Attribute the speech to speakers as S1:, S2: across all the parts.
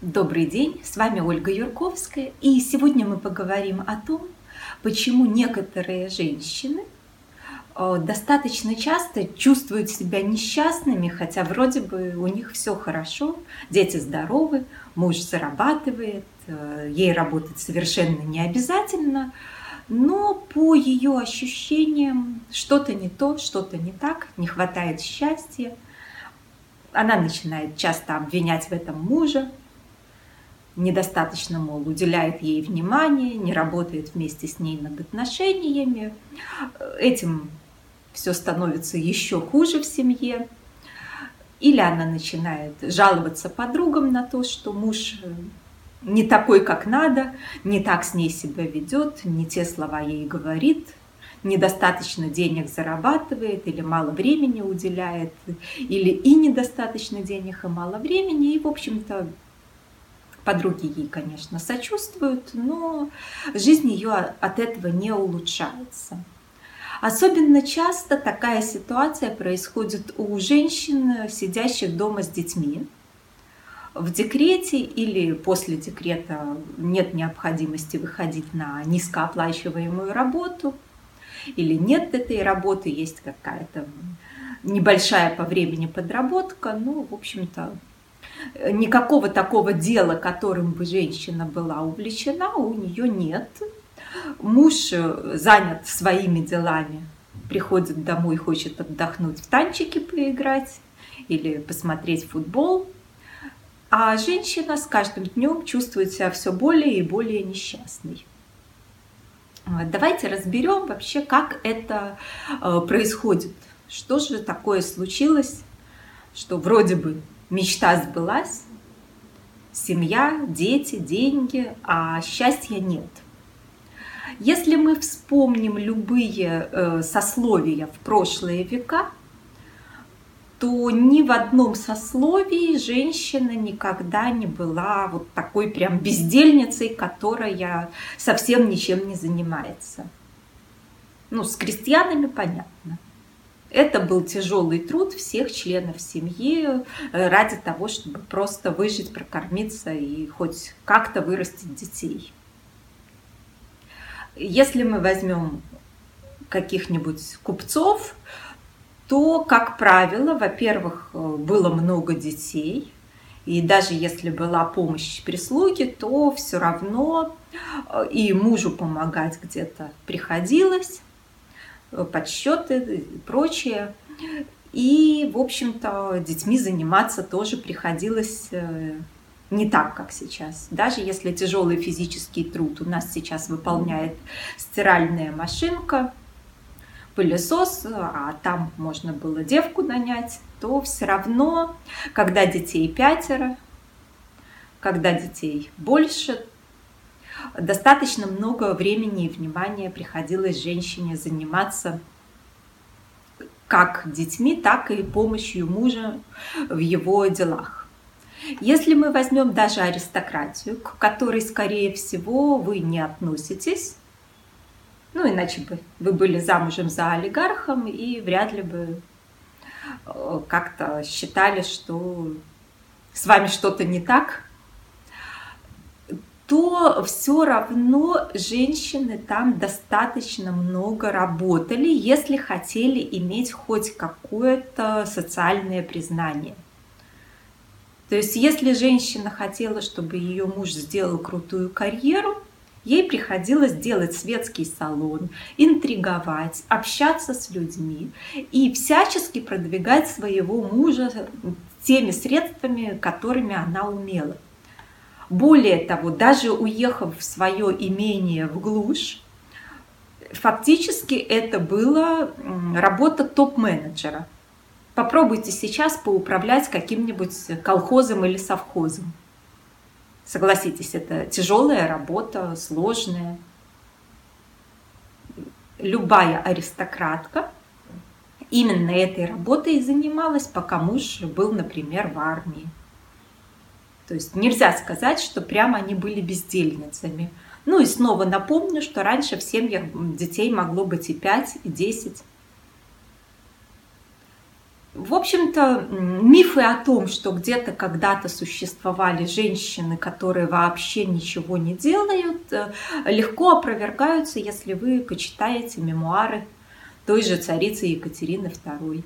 S1: Добрый день, с вами Ольга Юрковская, и сегодня мы поговорим о том, почему некоторые женщины достаточно часто чувствуют себя несчастными, хотя вроде бы у них все хорошо, дети здоровы, муж зарабатывает, ей работать совершенно не обязательно, но по ее ощущениям что-то не то, что-то не так, не хватает счастья. Она начинает часто обвинять в этом мужа, недостаточно, мол, уделяет ей внимания, не работает вместе с ней над отношениями. Этим все становится еще хуже в семье. Или она начинает жаловаться подругам на то, что муж не такой, как надо, не так с ней себя ведет, не те слова ей говорит, недостаточно денег зарабатывает или мало времени уделяет, или и недостаточно денег, и мало времени, и, в общем-то, подруги ей, конечно, сочувствуют, но жизнь ее от этого не улучшается. Особенно часто такая ситуация происходит у женщин, сидящих дома с детьми. В декрете или после декрета нет необходимости выходить на низкооплачиваемую работу, или нет этой работы, есть какая-то небольшая по времени подработка, ну, в общем-то, никакого такого дела, которым бы женщина была увлечена, у нее нет. Муж занят своими делами, приходит домой, хочет отдохнуть, в танчики поиграть или посмотреть футбол. А женщина с каждым днем чувствует себя все более и более несчастной. Давайте разберем вообще, как это происходит. Что же такое случилось, что вроде бы мечта сбылась, семья, дети, деньги, а счастья нет. Если мы вспомним любые сословия в прошлые века, то ни в одном сословии женщина никогда не была вот такой прям бездельницей, которая совсем ничем не занимается. Ну, с крестьянами понятно. Это был тяжелый труд всех членов семьи ради того, чтобы просто выжить, прокормиться и хоть как-то вырастить детей. Если мы возьмем каких-нибудь купцов, то, как правило, во-первых, было много детей, и даже если была помощь прислуги, то все равно и мужу помогать где-то приходилось, подсчеты и прочее. И, в общем-то, детьми заниматься тоже приходилось не так, как сейчас. Даже если тяжелый физический труд у нас сейчас выполняет стиральная машинка, пылесос, а там можно было девку нанять, то все равно, когда детей 5, когда детей больше, достаточно много времени и внимания приходилось женщине заниматься как детьми, так и помощью мужа в его делах. Если мы возьмем даже аристократию, к которой, скорее всего, вы не относитесь, ну, иначе бы вы были замужем за олигархом и вряд ли бы как-то считали, что с вами что-то не так, то все равно женщины там достаточно много работали, если хотели иметь хоть какое-то социальное признание. То есть если женщина хотела, чтобы ее муж сделал крутую карьеру, ей приходилось делать светский салон, интриговать, общаться с людьми и всячески продвигать своего мужа теми средствами, которыми она умела. Более того, даже уехав в свое имение в глушь, фактически это была работа топ-менеджера. Попробуйте сейчас поуправлять каким-нибудь колхозом или совхозом. Согласитесь, это тяжелая работа, сложная. Любая аристократка именно этой работой и занималась, пока муж был, например, в армии. То есть нельзя сказать, что прямо они были бездельницами. Ну и снова напомню, что раньше в семьях детей могло быть и 5, и 10. В общем-то, мифы о том, что где-то когда-то существовали женщины, которые вообще ничего не делают, легко опровергаются, если вы почитаете мемуары той же царицы Екатерины II.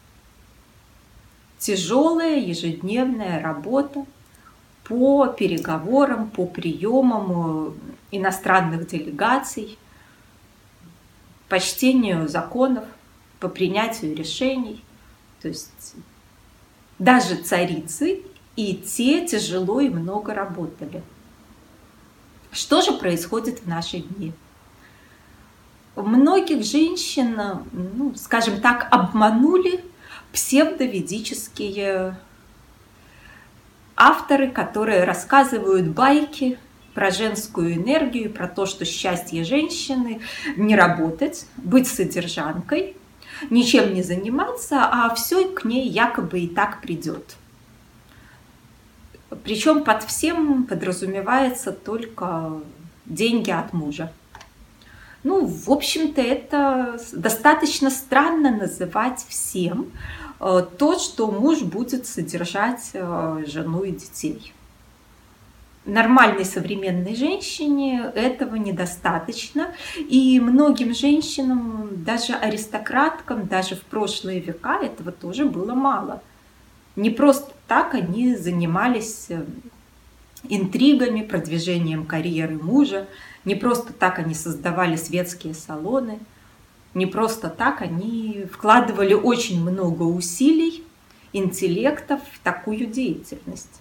S1: Тяжелая ежедневная работа по переговорам, по приемам иностранных делегаций, по чтению законов, по принятию решений. То есть даже царицы и те тяжело и много работали. Что же происходит в наши дни? Многих женщин, скажем так, обманули псевдоведические авторы, которые рассказывают байки про женскую энергию, про то, что счастье женщины не работать, быть содержанкой, ничем не заниматься, а все к ней якобы и так придет. Причем под всем подразумевается только деньги от мужа. В общем-то, это достаточно странно называть всем то, что муж будет содержать жену и детей. Нормальной современной женщине этого недостаточно, и многим женщинам, даже аристократкам, даже в прошлые века этого тоже было мало. Не просто так они занимались интригами, продвижением карьеры мужа, не просто так они создавали светские салоны, не просто так они вкладывали очень много усилий, интеллекта в такую деятельность.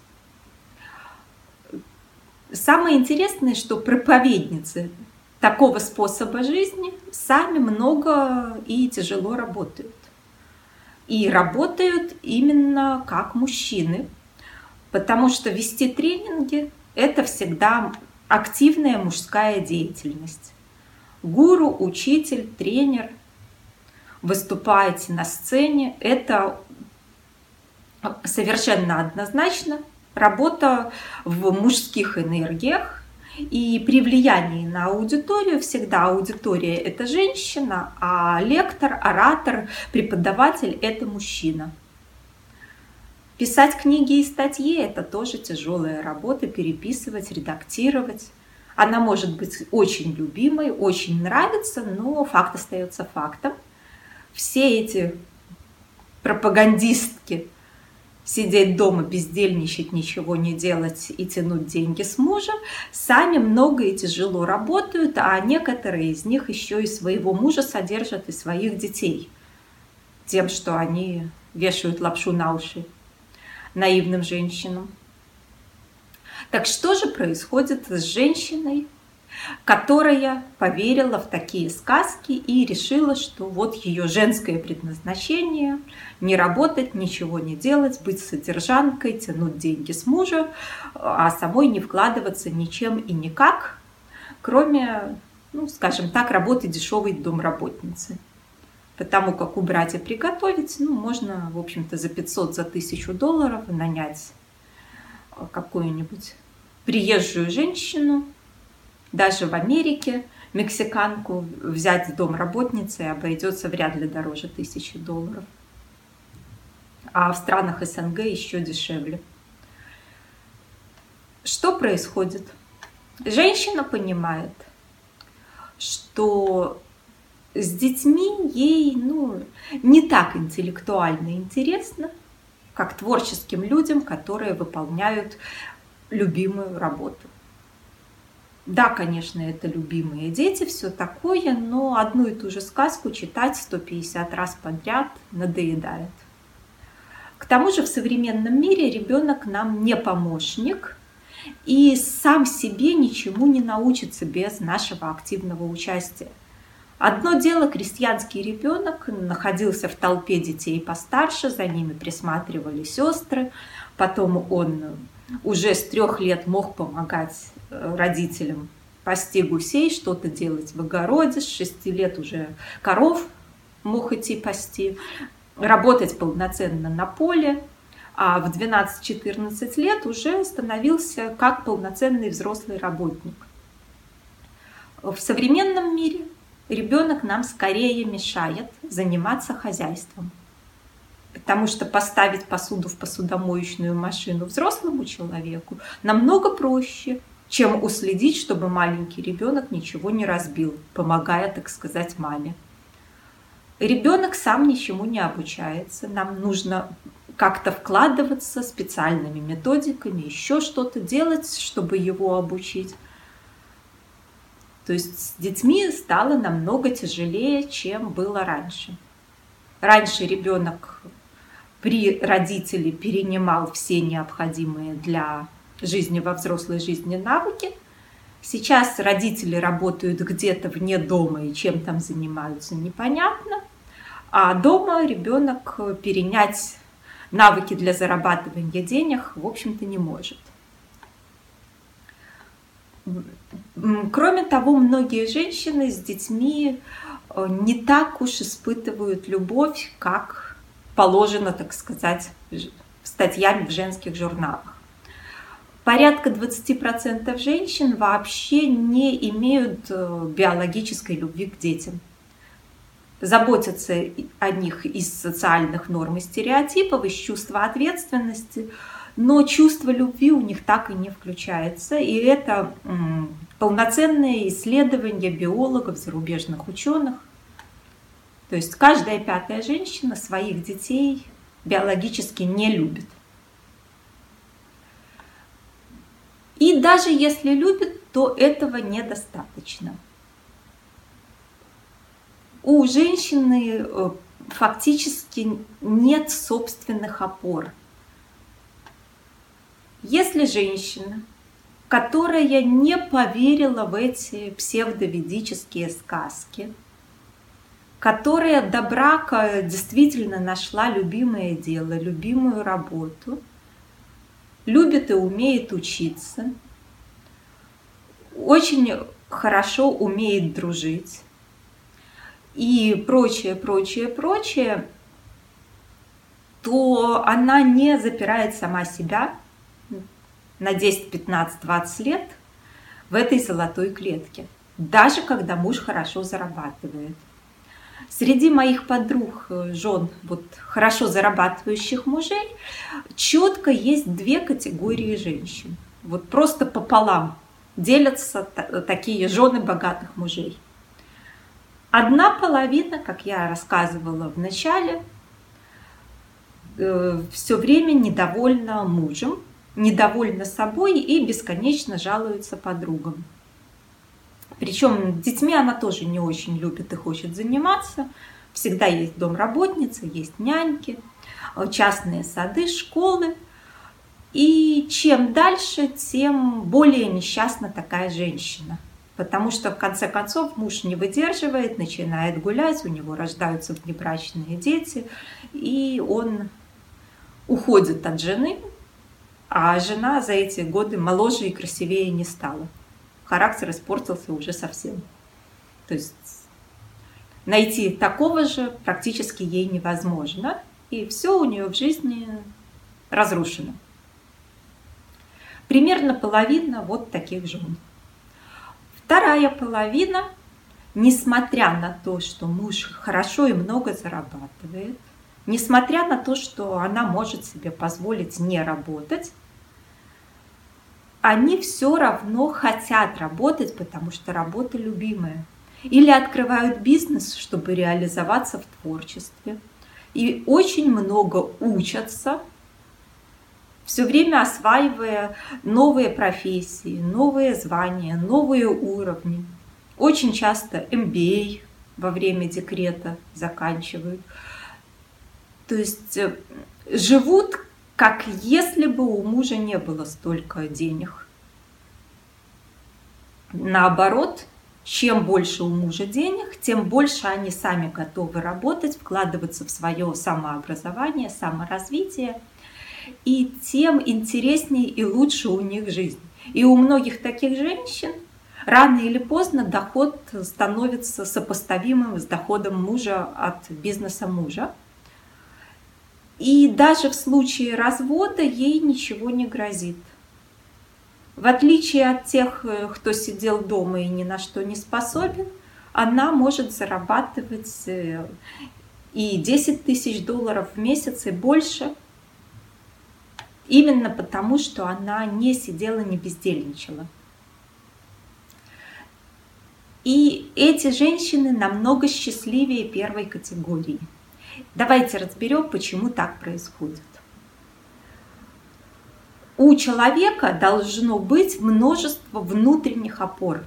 S1: Самое интересное, что проповедницы такого способа жизни сами много и тяжело работают. И работают именно как мужчины, потому что вести тренинги – это всегда активная мужская деятельность. Гуру, учитель, тренер, выступаете на сцене – это совершенно однозначно работа в мужских энергиях, и при влиянии на аудиторию всегда аудитория – это женщина, а лектор, оратор, преподаватель – это мужчина. Писать книги и статьи – это тоже тяжелая работа, переписывать, редактировать. Она может быть очень любимой, очень нравится, но факт остается фактом. Все эти пропагандистки сидеть дома, бездельничать, ничего не делать и тянуть деньги с мужем, сами много и тяжело работают, а некоторые из них еще и своего мужа содержат и своих детей тем, что они вешают лапшу на уши наивным женщинам. Так что же происходит с женщиной, которая поверила в такие сказки и решила, что вот ее женское предназначение – не работать, ничего не делать, быть содержанкой, тянуть деньги с мужа, а самой не вкладываться ничем и никак, кроме, скажем так, работы дешевой домработницы. Потому как убрать и приготовить, можно, в общем-то, за 500, за $1000 нанять какую-нибудь приезжую женщину, даже в Америке мексиканку взять домработницей обойдется вряд ли дороже $1000. А в странах СНГ еще дешевле. Что происходит? Женщина понимает, что с детьми ей не так интеллектуально интересно, как творческим людям, которые выполняют любимую работу. Да, конечно, это любимые дети, все такое, но одну и ту же сказку читать 150 раз подряд надоедает. К тому же в современном мире ребенок нам не помощник и сам себе ничему не научится без нашего активного участия. Одно дело, крестьянский ребенок находился в толпе детей постарше, за ними присматривали сестры, потом он уже с 3 лет мог помогать родителям пасти гусей, что-то делать в огороде, с 6 лет уже коров мог идти пасти, работать полноценно на поле, а в 12-14 лет уже становился как полноценный взрослый работник. В современном мире ребенок нам скорее мешает заниматься хозяйством. Потому что поставить посуду в посудомоечную машину взрослому человеку намного проще, чем уследить, чтобы маленький ребенок ничего не разбил, помогая, так сказать, маме. Ребенок сам ничему не обучается. Нам нужно как-то вкладываться специальными методиками, еще что-то делать, чтобы его обучить. То есть с детьми стало намного тяжелее, чем было раньше. Раньше ребенок при родителе перенимал все необходимые для жизни во взрослой жизни навыки. Сейчас родители работают где-то вне дома и чем там занимаются, непонятно. А дома ребенок перенять навыки для зарабатывания денег, в общем-то, не может. Кроме того, многие женщины с детьми не так уж испытывают любовь, как положено, так сказать, статьями в женских журналах. Порядка 20% женщин вообще не имеют биологической любви к детям. Заботятся о них из социальных норм и стереотипов, из чувства ответственности, но чувство любви у них так и не включается. И это полноценное исследование биологов, зарубежных ученых. То есть каждая 5-я женщина своих детей биологически не любит. И даже если любит, то этого недостаточно. У женщины фактически нет собственных опор. Если женщина, которая не поверила в эти псевдоведические сказки, которая до брака действительно нашла любимое дело, любимую работу, любит и умеет учиться, очень хорошо умеет дружить и прочее, прочее, прочее, то она не запирает сама себя на 10, 15, 20 лет в этой золотой клетке, даже когда муж хорошо зарабатывает. Среди моих подруг, жен хорошо зарабатывающих мужей, четко есть 2 категории женщин. Просто пополам делятся такие жены богатых мужей. Одна половина, как я рассказывала в начале, все время недовольна мужем, недовольна собой и бесконечно жалуется подругам. Причем детьми она тоже не очень любит и хочет заниматься. Всегда есть домработницы, есть няньки, частные сады, школы. И чем дальше, тем более несчастна такая женщина. Потому что, в конце концов, муж не выдерживает, начинает гулять, у него рождаются внебрачные дети, и он уходит от жены, а жена за эти годы моложе и красивее не стала. Характер испортился уже совсем. То есть найти такого же практически ей невозможно, и все у нее в жизни разрушено. Примерно половина таких жен. Вторая половина, несмотря на то, что муж хорошо и много зарабатывает, несмотря на то, что она может себе позволить не работать, они все равно хотят работать, потому что работа любимая. Или открывают бизнес, чтобы реализоваться в творчестве. И очень много учатся, все время осваивая новые профессии, новые звания, новые уровни. Очень часто MBA во время декрета заканчивают. То есть живут, как если бы у мужа не было столько денег. Наоборот, чем больше у мужа денег, тем больше они сами готовы работать, вкладываться в свое самообразование, саморазвитие, и тем интереснее и лучше у них жизнь. И у многих таких женщин рано или поздно доход становится сопоставимым с доходом мужа от бизнеса мужа. И даже в случае развода ей ничего не грозит. В отличие от тех, кто сидел дома и ни на что не способен, она может зарабатывать и 10 тысяч долларов в месяц и больше, именно потому, что она не сидела, не бездельничала. И эти женщины намного счастливее первой категории. Давайте разберем, почему так происходит. У человека должно быть множество внутренних опор.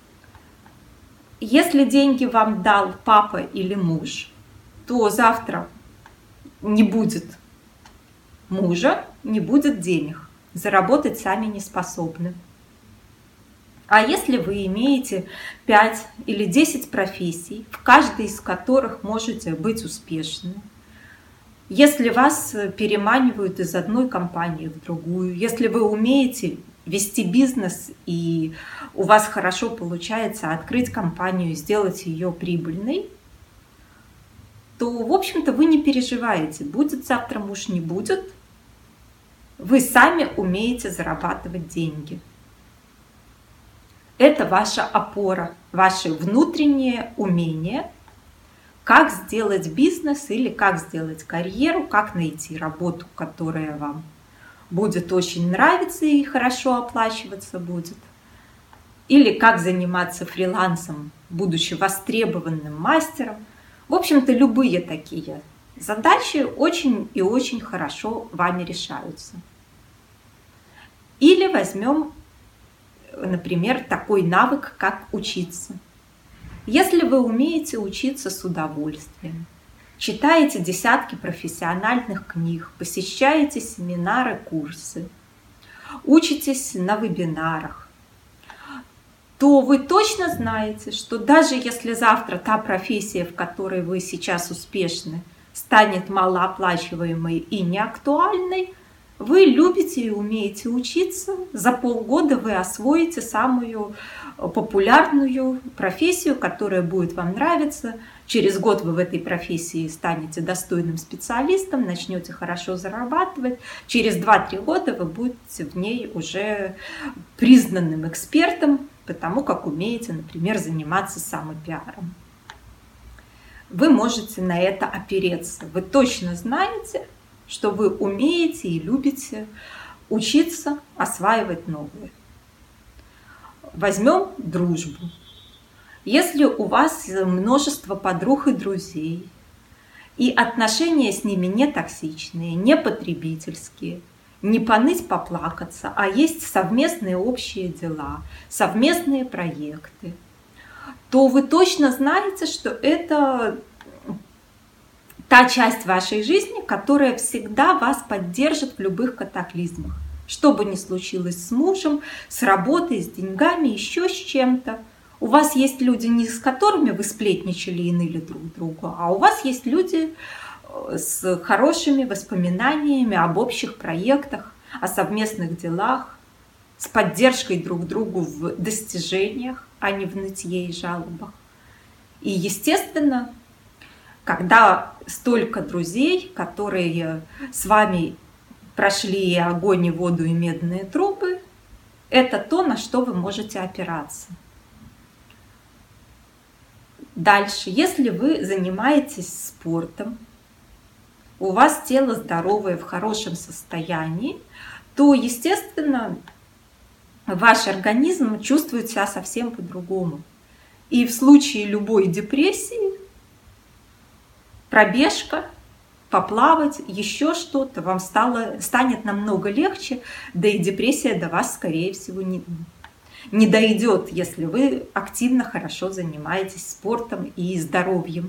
S1: Если деньги вам дал папа или муж, то завтра не будет мужа, не будет денег. Заработать сами не способны. А если вы имеете 5 или 10 профессий, в каждой из которых можете быть успешны, если вас переманивают из одной компании в другую, если вы умеете вести бизнес и у вас хорошо получается открыть компанию и сделать ее прибыльной, то, в общем-то, вы не переживаете, будет завтра муж, не будет. Вы сами умеете зарабатывать деньги. Это ваша опора, ваше внутреннее умение, как сделать бизнес или как сделать карьеру, как найти работу, которая вам будет очень нравиться и хорошо оплачиваться будет. Или как заниматься фрилансом, будучи востребованным мастером. В общем-то, любые такие задачи очень и очень хорошо вами решаются. Или возьмем, например, такой навык, как учиться. Если вы умеете учиться с удовольствием, читаете десятки профессиональных книг, посещаете семинары, курсы, учитесь на вебинарах, то вы точно знаете, что даже если завтра та профессия, в которой вы сейчас успешны, станет малооплачиваемой и неактуальной, вы любите и умеете учиться, за полгода вы освоите самую популярную профессию, которая будет вам нравиться. Через год вы в этой профессии станете достойным специалистом, начнете хорошо зарабатывать. Через 2-3 года вы будете в ней уже признанным экспертом, потому как умеете, например, заниматься самопиаром. Вы можете на это опереться. Вы точно знаете, что вы умеете и любите учиться, осваивать новое. Возьмем дружбу. Если у вас множество подруг и друзей, и отношения с ними не токсичные, не потребительские, не поныть, поплакаться, а есть совместные общие дела, совместные проекты, то вы точно знаете, что это та часть вашей жизни, которая всегда вас поддержит в любых катаклизмах. Что бы ни случилось с мужем, с работой, с деньгами, еще с чем-то. У вас есть люди, не с которыми вы сплетничали и ныли друг другу, а у вас есть люди с хорошими воспоминаниями об общих проектах, о совместных делах, с поддержкой друг другу в достижениях, а не в нытье и жалобах. И, естественно, когда столько друзей, которые с вами прошли и огонь, и воду, и медные трубы, это то, на что вы можете опираться. Дальше, если вы занимаетесь спортом, у вас тело здоровое, в хорошем состоянии, то, естественно, ваш организм чувствует себя совсем по-другому. И в случае любой депрессии пробежка, поплавать, еще что-то вам станет намного легче, да и депрессия до вас, скорее всего, не дойдет, если вы активно, хорошо занимаетесь спортом и здоровьем.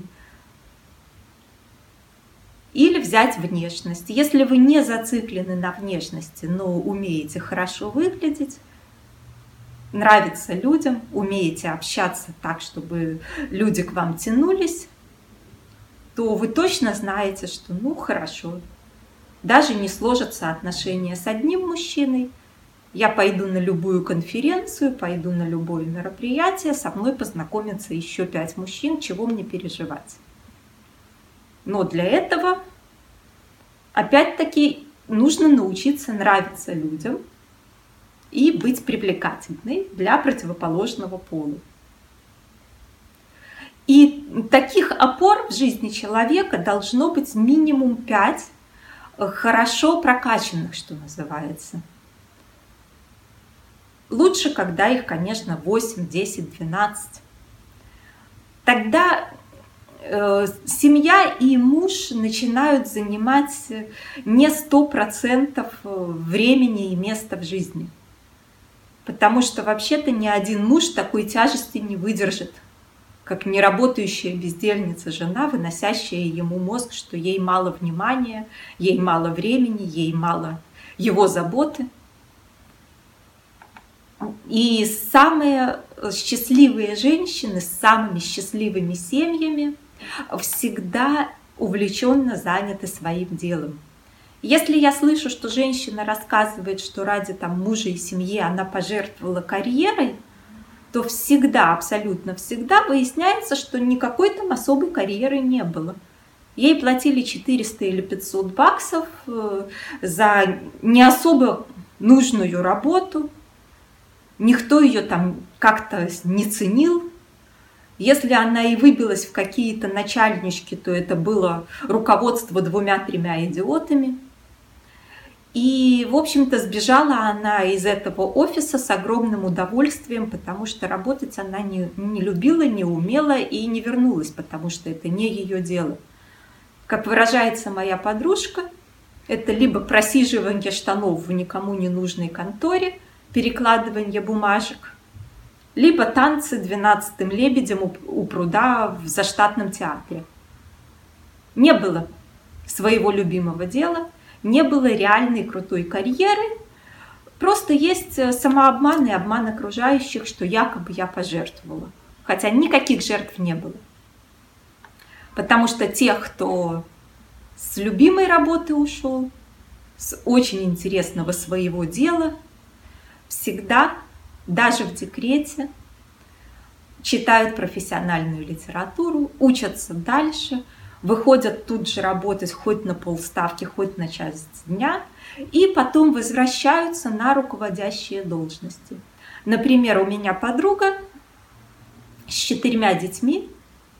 S1: Или взять внешность. Если вы не зациклены на внешности, но умеете хорошо выглядеть, нравится людям, умеете общаться так, чтобы люди к вам тянулись, то вы точно знаете, что ну хорошо, даже не сложатся отношения с одним мужчиной, я пойду на любую конференцию, пойду на любое мероприятие, со мной познакомятся еще 5 мужчин, чего мне переживать. Но для этого, опять-таки, нужно научиться нравиться людям и быть привлекательной для противоположного пола. И таких опор в жизни человека должно быть минимум 5 хорошо прокачанных, что называется. Лучше, когда их, конечно, 8, 10, 12. Тогда семья и муж начинают занимать не 100% времени и места в жизни. Потому что вообще-то ни один муж такой тяжести не выдержит, как неработающая бездельница жена, выносящая ему мозг, что ей мало внимания, ей мало времени, ей мало его заботы. И самые счастливые женщины с самыми счастливыми семьями всегда увлеченно заняты своим делом. Если я слышу, что женщина рассказывает, что ради мужа и семьи она пожертвовала карьерой, то всегда, абсолютно всегда выясняется, что никакой там особой карьеры не было. Ей платили 400 или 500 баксов за не особо нужную работу. Никто ее там как-то не ценил. Если она и выбилась в какие-то начальнички, то это было руководство 2-3 идиотами. И, в общем-то, сбежала она из этого офиса с огромным удовольствием, потому что работать она не любила, не умела и не вернулась, потому что это не ее дело. Как выражается моя подружка, это либо просиживание штанов в никому не нужной конторе, перекладывание бумажек, либо танцы 12-м лебедем у пруда в заштатном театре. Не было своего любимого дела, не было реальной крутой карьеры, просто есть самообман и обман окружающих, что якобы я пожертвовала. Хотя никаких жертв не было. Потому что тех, кто с любимой работы ушел, с очень интересного своего дела, всегда, даже в декрете, читают профессиональную литературу, учатся дальше, выходят тут же работать хоть на полставки, хоть на час дня, и потом возвращаются на руководящие должности. Например, у меня подруга с 4 детьми,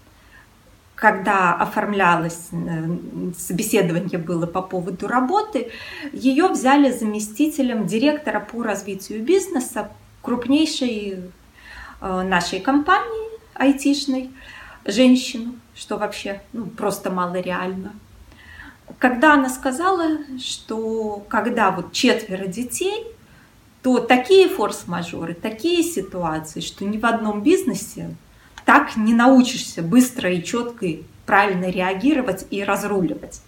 S1: когда оформлялось, собеседование было по поводу работы, ее взяли заместителем директора по развитию бизнеса крупнейшей нашей компании айтишной, женщину, что вообще просто малореально. Когда она сказала, что когда 4 детей, то такие форс-мажоры, такие ситуации, что ни в одном бизнесе так не научишься быстро и четко и правильно реагировать и разруливать.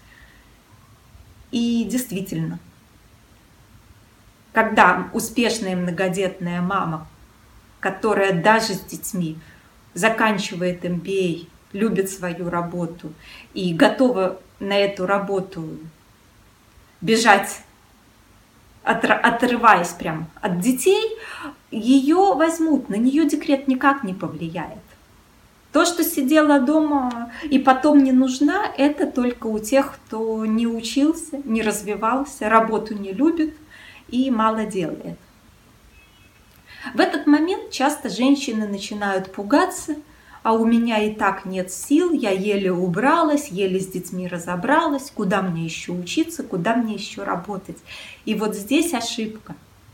S1: И действительно, когда успешная многодетная мама, которая даже с детьми заканчивает MBA, любит свою работу и готова на эту работу бежать, отрываясь прям от детей, ее возьмут, на нее декрет никак не повлияет. То, что сидела дома и потом не нужна, это только у тех, кто не учился, не развивался, работу не любит и мало делает. В этот момент часто женщины начинают пугаться, а у меня и так нет сил, я еле убралась, еле с детьми разобралась, куда мне еще учиться, куда мне еще работать. И вот здесь ошибка.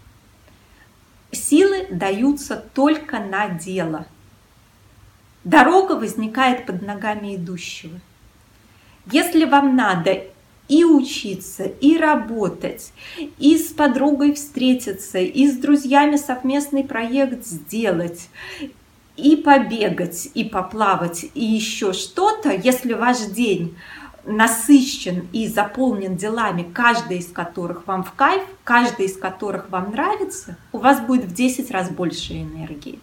S1: Силы даются только на дело. Дорога возникает под ногами идущего. Если вам надо и учиться, и работать, и с подругой встретиться, и с друзьями совместный проект сделать, и побегать, и поплавать, и еще что-то, если ваш день насыщен и заполнен делами, каждый из которых вам в кайф, каждый из которых вам нравится, у вас будет в 10 раз больше энергии.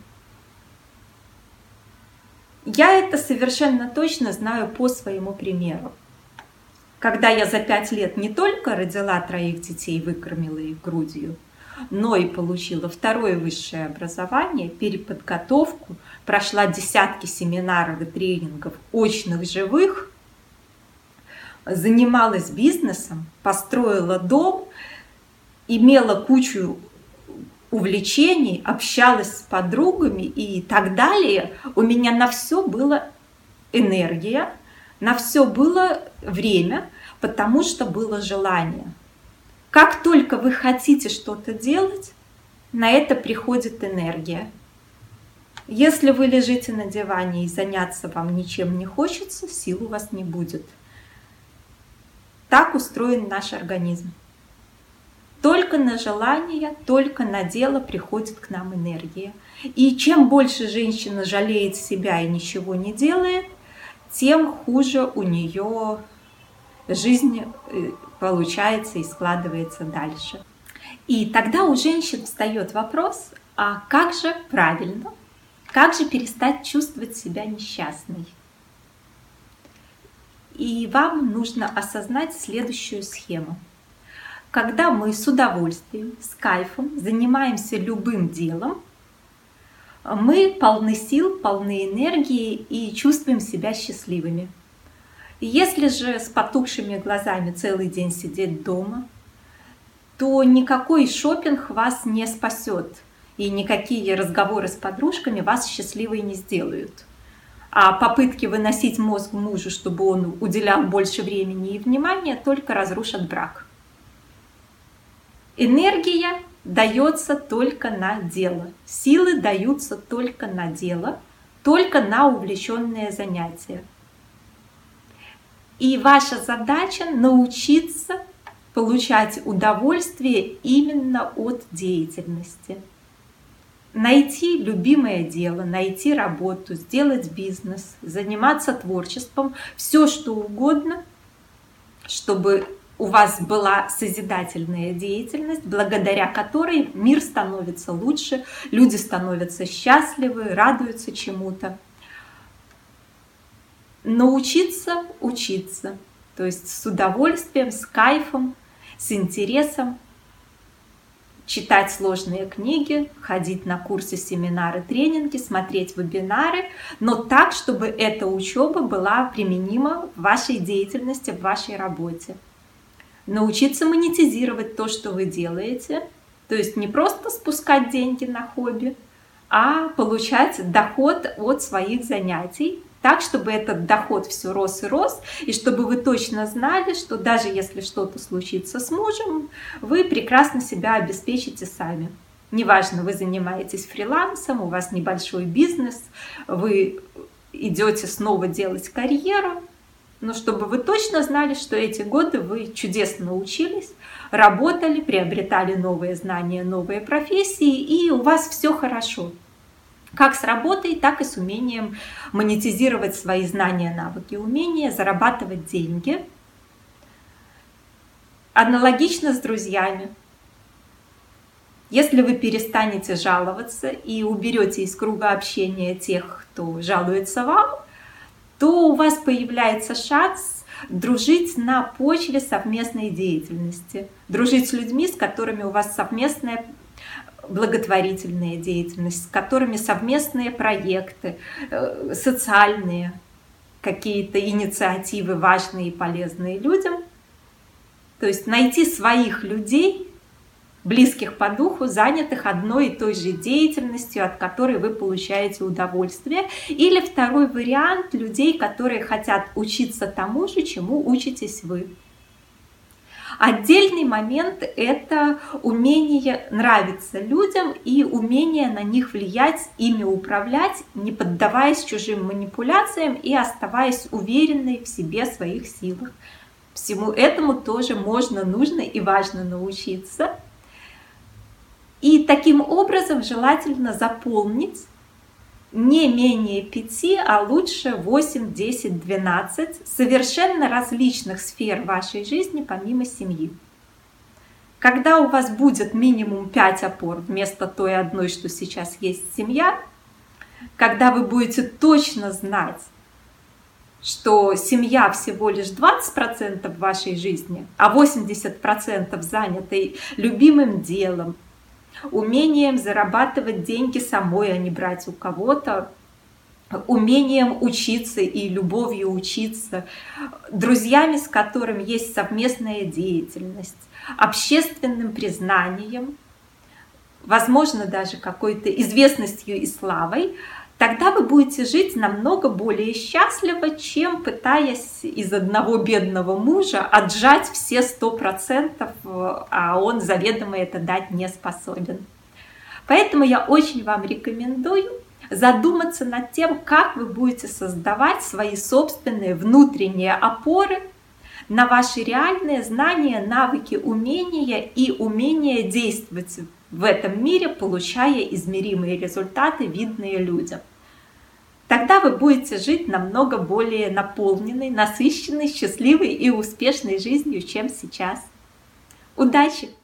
S1: Я это совершенно точно знаю по своему примеру. Когда я за 5 лет не только родила 3 детей, выкормила их грудью, но и получила 2-е высшее образование, переподготовку, прошла десятки семинаров и тренингов очных, живых, занималась бизнесом, построила дом, имела кучу увлечений, общалась с подругами и так далее, у меня на все было энергия, на все было время, потому что было желание. Как только вы хотите что-то делать, на это приходит энергия. Если вы лежите на диване и заняться вам ничем не хочется, сил у вас не будет. Так устроен наш организм. Только на желание, только на дело приходит к нам энергия. И чем больше женщина жалеет себя и ничего не делает, тем хуже у нее жизнь получается и складывается дальше. И тогда у женщин встает вопрос, а как же правильно, как же перестать чувствовать себя несчастной? И вам нужно осознать следующую схему. Когда мы с удовольствием, с кайфом занимаемся любым делом, мы полны сил, полны энергии и чувствуем себя счастливыми. Если же с потухшими глазами целый день сидеть дома, то никакой шопинг вас не спасет, и никакие разговоры с подружками вас счастливой не сделают. А попытки выносить мозг мужу, чтобы он уделял больше времени и внимания, только разрушат брак. Энергия дается только на дело, силы даются только на дело, только на увлеченное занятие. И ваша задача научиться получать удовольствие именно от деятельности. Найти любимое дело, найти работу, сделать бизнес, заниматься творчеством, все что угодно, чтобы у вас была созидательная деятельность, благодаря которой мир становится лучше, люди становятся счастливы, радуются чему-то. Научиться учиться, то есть с удовольствием, с кайфом, с интересом, читать сложные книги, ходить на курсы, семинары, тренинги, смотреть вебинары, но так, чтобы эта учеба была применима в вашей деятельности, в вашей работе. Научиться монетизировать то, что вы делаете, то есть не просто спускать деньги на хобби, а получать доход от своих занятий, так, чтобы этот доход все рос и рос, и чтобы вы точно знали, что даже если что-то случится с мужем, вы прекрасно себя обеспечите сами. Неважно, вы занимаетесь фрилансом, у вас небольшой бизнес, вы идете снова делать карьеру, но чтобы вы точно знали, что эти годы вы чудесно учились, работали, приобретали новые знания, новые профессии, и у вас все хорошо. Как с работой, так и с умением монетизировать свои знания, навыки, умения, зарабатывать деньги. Аналогично с друзьями. Если вы перестанете жаловаться и уберете из круга общения тех, кто жалуется вам, то у вас появляется шанс дружить на почве совместной деятельности. Дружить с людьми, с которыми у вас совместная благотворительная деятельность, с которыми совместные проекты, социальные какие-то инициативы важные и полезные людям. То есть найти своих людей, близких по духу, занятых одной и той же деятельностью, от которой вы получаете удовольствие. Или второй вариант — людей, которые хотят учиться тому же, чему учитесь вы. Отдельный момент — это умение нравиться людям и умение на них влиять, ими управлять, не поддаваясь чужим манипуляциям и оставаясь уверенной в себе, своих силах. Всему этому тоже можно, нужно и важно научиться. И таким образом желательно заполнить не менее 5, а лучше 8, 10, 12 совершенно различных сфер вашей жизни помимо семьи. Когда у вас будет минимум 5 опор вместо той одной, что сейчас есть семья, когда вы будете точно знать, что семья всего лишь 20% вашей жизни, а 80% заняты любимым делом, умением зарабатывать деньги самой, а не брать у кого-то, умением учиться и любовью учиться, друзьями, с которыми есть совместная деятельность, общественным признанием, возможно, даже какой-то известностью и славой, Тогда вы будете жить намного более счастливо, чем пытаясь из одного бедного мужа отжать все 100%, а он заведомо это дать не способен. Поэтому я очень вам рекомендую задуматься над тем, как вы будете создавать свои собственные внутренние опоры на ваши реальные знания, навыки, умения и умение действовать в этом мире, получая измеримые результаты, видные людям. Тогда вы будете жить намного более наполненной, насыщенной, счастливой и успешной жизнью, чем сейчас. Удачи!